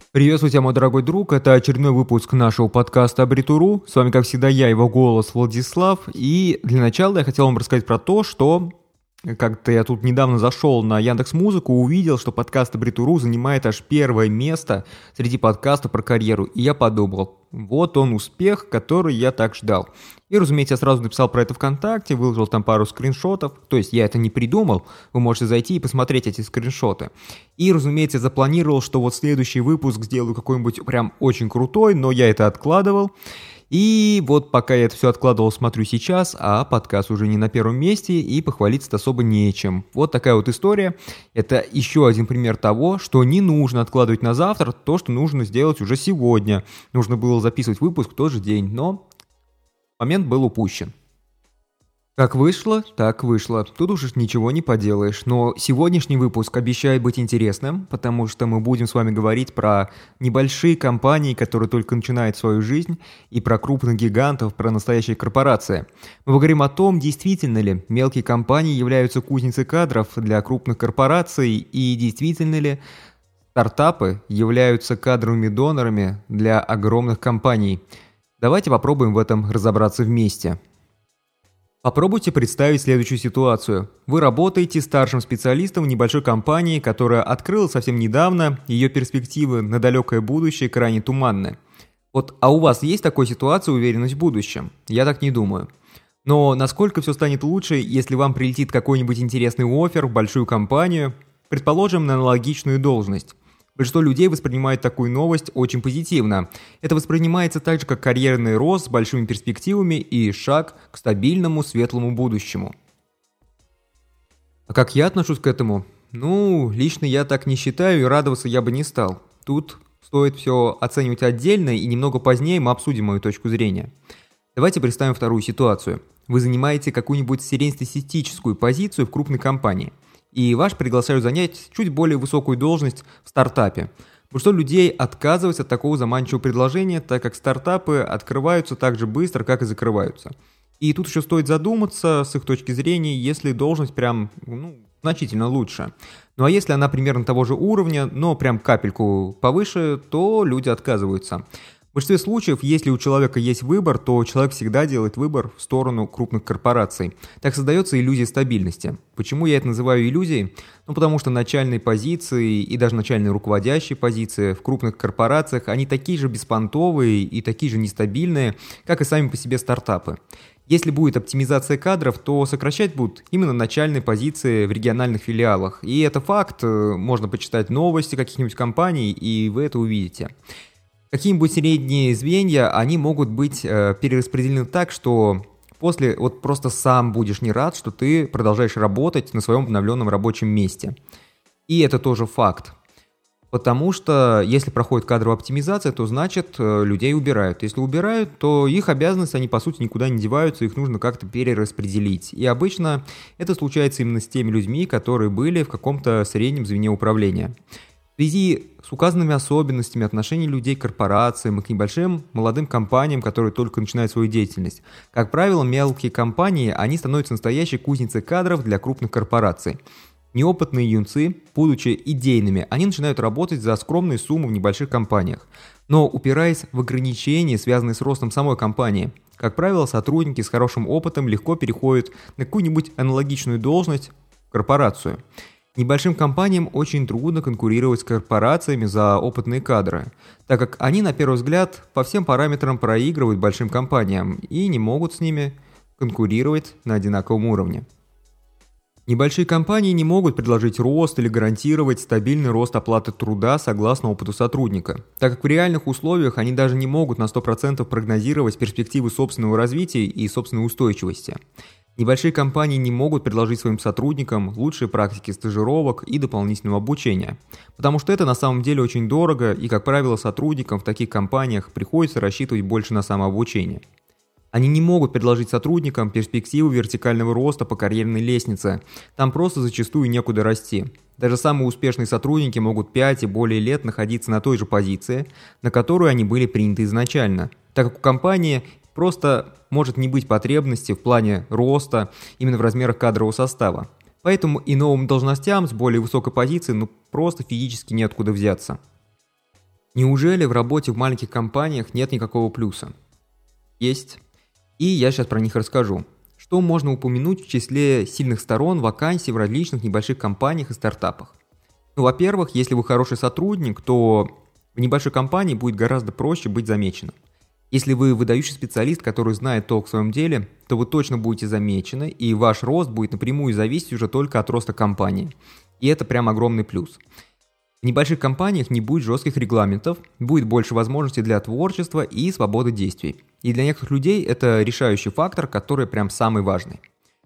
Приветствую тебя, мой дорогой друг. Это очередной выпуск нашего подкаста Абритуру. С вами, как всегда, я, его голос Владислав. И для начала я хотел вам рассказать про то, что как-то я тут недавно зашел на Яндекс.Музыку, увидел, что подкаст Абритуру занимает аж первое место среди подкастов про карьеру. И я подумал, вот он успех, который я так ждал. И, разумеется, я сразу написал про это ВКонтакте, выложил там пару скриншотов. То есть я это не придумал, вы можете зайти и посмотреть эти скриншоты. И, разумеется, запланировал, что вот следующий выпуск сделаю какой-нибудь прям очень крутой, но я это откладывал. И вот пока я это все откладывал, смотрю сейчас, а подкаст уже не на первом месте, и похвалиться особо нечем. Вот такая вот история. Это еще один пример того, что не нужно откладывать на завтра то, что нужно сделать уже сегодня. Нужно было записывать выпуск в тот же день, но момент был упущен. Как вышло, так вышло. Тут уж ничего не поделаешь. Но сегодняшний выпуск обещает быть интересным, потому что мы будем с вами говорить про небольшие компании, которые только начинают свою жизнь, и про крупных гигантов, про настоящие корпорации. Мы поговорим о том, действительно ли мелкие компании являются кузницей кадров для крупных корпораций, и действительно ли стартапы являются кадровыми донорами для огромных компаний. Давайте попробуем в этом разобраться вместе. Попробуйте представить следующую ситуацию. Вы работаете старшим специалистом в небольшой компании, которая открылась совсем недавно, ее перспективы на далекое будущее крайне туманны. А у вас есть такая ситуация, уверенность в будущем? Я так не думаю. Но насколько все станет лучше, если вам прилетит какой-нибудь интересный оффер в большую компанию, предположим, на аналогичную должность? Большинство людей воспринимает такую новость очень позитивно. Это воспринимается так же, как карьерный рост с большими перспективами и шаг к стабильному, светлому будущему. А как я отношусь к этому? Лично я так не считаю и радоваться я бы не стал. Тут стоит все оценивать отдельно, и немного позднее мы обсудим мою точку зрения. Давайте представим вторую ситуацию. Вы занимаете какую-нибудь среднестатистическую позицию в крупной компании, и вас приглашают занять чуть более высокую должность в стартапе. Большинство людей отказываются от такого заманчивого предложения, так как стартапы открываются так же быстро, как и закрываются. И тут еще стоит задуматься, с их точки зрения, если должность прям значительно лучше. А если она примерно того же уровня, но прям капельку повыше, то люди отказываются. В большинстве случаев, если у человека есть выбор, то человек всегда делает выбор в сторону крупных корпораций. Так создается иллюзия стабильности. Почему я это называю иллюзией? Потому что начальные позиции и даже начальные руководящие позиции в крупных корпорациях, они такие же беспонтовые и такие же нестабильные, как и сами по себе стартапы. Если будет оптимизация кадров, то сокращать будут именно начальные позиции в региональных филиалах. И это факт, можно почитать новости каких-нибудь компаний, и вы это увидите. Какие-нибудь средние звенья, они могут быть перераспределены так, что после просто сам будешь не рад, что ты продолжаешь работать на своем обновленном рабочем месте. И это тоже факт. Потому что если проходит кадровая оптимизация, то значит людей убирают. Если убирают, то их обязанности, они по сути никуда не деваются, их нужно как-то перераспределить. И обычно это случается именно с теми людьми, которые были в каком-то среднем звене управления. В связи с указанными особенностями отношений людей к корпорациям и к небольшим молодым компаниям, которые только начинают свою деятельность, как правило, мелкие компании, они становятся настоящей кузницей кадров для крупных корпораций. Неопытные юнцы, будучи идейными, они начинают работать за скромные суммы в небольших компаниях, но упираясь в ограничения, связанные с ростом самой компании. Как правило, сотрудники с хорошим опытом легко переходят на какую-нибудь аналогичную должность в корпорацию. Небольшим компаниям очень трудно конкурировать с корпорациями за опытные кадры, так как они, на первый взгляд, по всем параметрам проигрывают большим компаниям и не могут с ними конкурировать на одинаковом уровне. Небольшие компании не могут предложить рост или гарантировать стабильный рост оплаты труда согласно опыту сотрудника, так как в реальных условиях они даже не могут на 100% прогнозировать перспективы собственного развития и собственной устойчивости. Небольшие компании не могут предложить своим сотрудникам лучшие практики стажировок и дополнительного обучения, потому что это на самом деле очень дорого, и, как правило, сотрудникам в таких компаниях приходится рассчитывать больше на самообучение. Они не могут предложить сотрудникам перспективу вертикального роста по карьерной лестнице, там просто зачастую некуда расти. Даже самые успешные сотрудники могут 5 и более лет находиться на той же позиции, на которую они были приняты изначально, так как у компании просто может не быть потребности в плане роста именно в размерах кадрового состава. Поэтому и новым должностям с более высокой позиции просто физически неоткуда взяться. Неужели в работе в маленьких компаниях нет никакого плюса? Есть. И я сейчас про них расскажу. Что можно упомянуть в числе сильных сторон вакансий в различных небольших компаниях и стартапах? Во-первых, если вы хороший сотрудник, то в небольшой компании будет гораздо проще быть замеченным. Если вы выдающий специалист, который знает толк в своем деле, то вы точно будете замечены, и ваш рост будет напрямую зависеть уже только от роста компании. И это прям огромный плюс. В небольших компаниях не будет жестких регламентов, будет больше возможностей для творчества и свободы действий. И для некоторых людей это решающий фактор, который прям самый важный.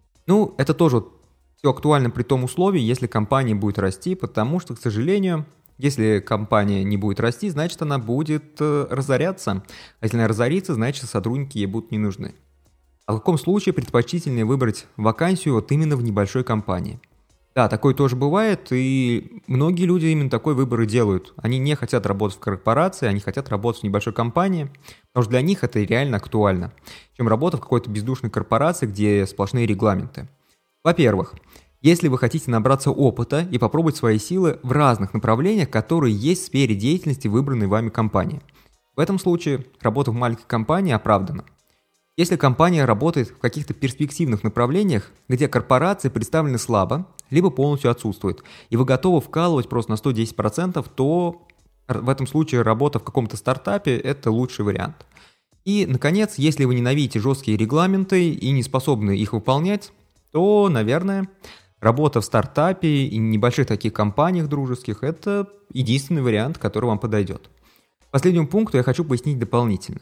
Это тоже все актуально при том условии, если компания будет расти, потому что, к сожалению, если компания не будет расти, значит она будет разоряться. А если она разорится, значит сотрудники ей будут не нужны. А в каком случае предпочтительнее выбрать вакансию вот именно в небольшой компании? Да, такое тоже бывает, и многие люди именно такой выбор и делают. Они не хотят работать в корпорации, они хотят работать в небольшой компании, потому что для них это реально актуально, чем работа в какой-то бездушной корпорации, где сплошные регламенты. Во-первых, если вы хотите набраться опыта и попробовать свои силы в разных направлениях, которые есть в сфере деятельности выбранной вами компании. В этом случае работа в маленькой компании оправдана. Если компания работает в каких-то перспективных направлениях, где корпорации представлены слабо, либо полностью отсутствуют, и вы готовы вкалывать просто на 110%, то в этом случае работа в каком-то стартапе – это лучший вариант. И, наконец, если вы ненавидите жесткие регламенты и не способны их выполнять, то, наверное, работа в стартапе и небольших таких компаниях дружеских – это единственный вариант, который вам подойдет. К последнему пункту я хочу пояснить дополнительно.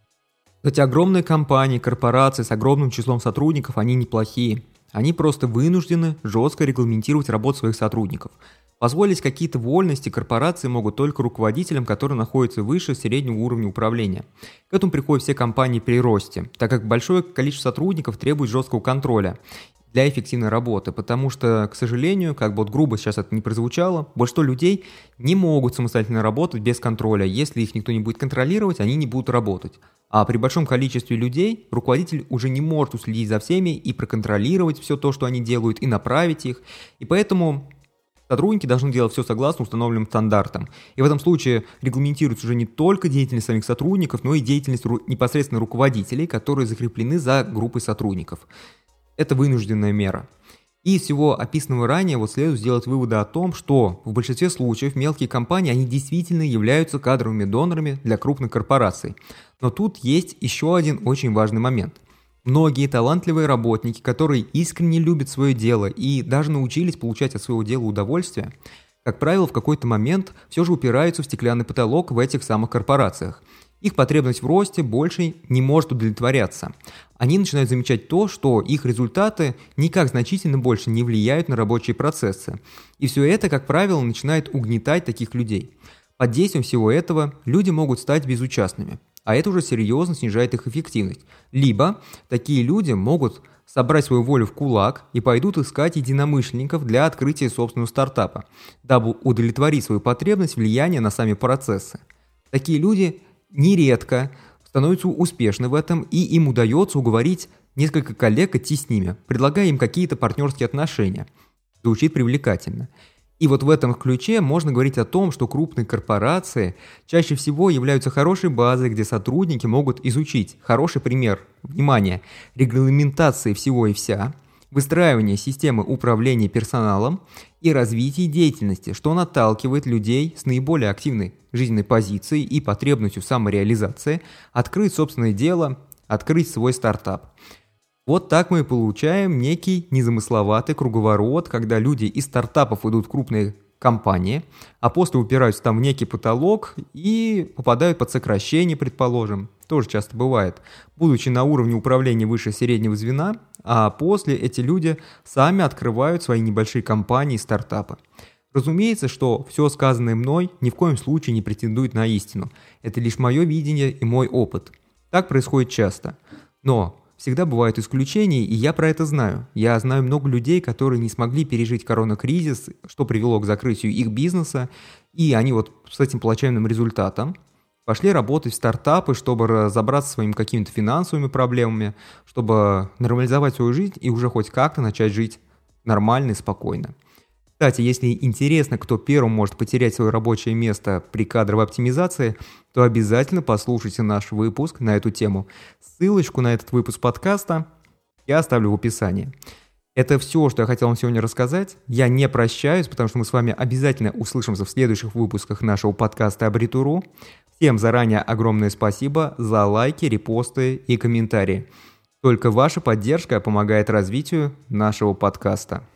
Эти огромные компании, корпорации с огромным числом сотрудников, они неплохие. Они просто вынуждены жестко регламентировать работу своих сотрудников. Позволить какие-то вольности корпорации могут только руководителям, которые находятся выше среднего уровня управления. К этому приходят все компании при росте, так как большое количество сотрудников требует жесткого контроля для эффективной работы, потому что, к сожалению, как бы грубо сейчас это не прозвучало, большинство людей не могут самостоятельно работать без контроля. Если их никто не будет контролировать, они не будут работать. А при большом количестве людей руководитель уже не может уследить за всеми и проконтролировать все то, что они делают, и направить их. И поэтому сотрудники должны делать все согласно установленным стандартам. И в этом случае регламентируется уже не только деятельность самих сотрудников, но и деятельность непосредственно руководителей, которые закреплены за группой сотрудников. Это вынужденная мера. И из всего описанного ранее следует сделать выводы о том, что в большинстве случаев мелкие компании, они действительно являются кадровыми донорами для крупных корпораций. Но тут есть еще один очень важный момент. Многие талантливые работники, которые искренне любят свое дело и даже научились получать от своего дела удовольствие, как правило, в какой-то момент все же упираются в стеклянный потолок в этих самых корпорациях. Их потребность в росте больше не может удовлетворяться. Они начинают замечать то, что их результаты никак значительно больше не влияют на рабочие процессы. И все это, как правило, начинает угнетать таких людей. Под действием всего этого люди могут стать безучастными, а это уже серьезно снижает их эффективность. Либо такие люди могут собрать свою волю в кулак и пойдут искать единомышленников для открытия собственного стартапа, дабы удовлетворить свою потребность влияния на сами процессы. Такие люди нередко становятся успешны в этом, и им удается уговорить несколько коллег идти с ними, предлагая им какие-то партнерские отношения. Звучит привлекательно. И в этом ключе можно говорить о том, что крупные корпорации чаще всего являются хорошей базой, где сотрудники могут изучить хороший пример, внимание, регламентации всего и вся, выстраивание системы управления персоналом и развитие деятельности, что наталкивает людей с наиболее активной жизненной позицией и потребностью в самореализации открыть собственное дело, открыть свой стартап. Вот так мы и получаем некий незамысловатый круговорот, когда люди из стартапов идут в крупные компании, а после упираются там в некий потолок и попадают под сокращение, предположим. Тоже часто бывает. Будучи на уровне управления выше среднего звена, а после эти люди сами открывают свои небольшие компании и стартапы. Разумеется, что все сказанное мной ни в коем случае не претендует на истину. Это лишь мое видение и мой опыт. Так происходит часто. Но всегда бывают исключения, и я про это знаю. Я знаю много людей, которые не смогли пережить коронакризис, что привело к закрытию их бизнеса, и они с этим плачевным результатом пошли работать в стартапы, чтобы разобраться со своими какими-то финансовыми проблемами, чтобы нормализовать свою жизнь и уже хоть как-то начать жить нормально и спокойно. Кстати, если интересно, кто первым может потерять свое рабочее место при кадровой оптимизации, то обязательно послушайте наш выпуск на эту тему. Ссылочку на этот выпуск подкаста я оставлю в описании. Это все, что я хотел вам сегодня рассказать. Я не прощаюсь, потому что мы с вами обязательно услышимся в следующих выпусках нашего подкаста Абритуру. Всем заранее огромное спасибо за лайки, репосты и комментарии. Только ваша поддержка помогает развитию нашего подкаста.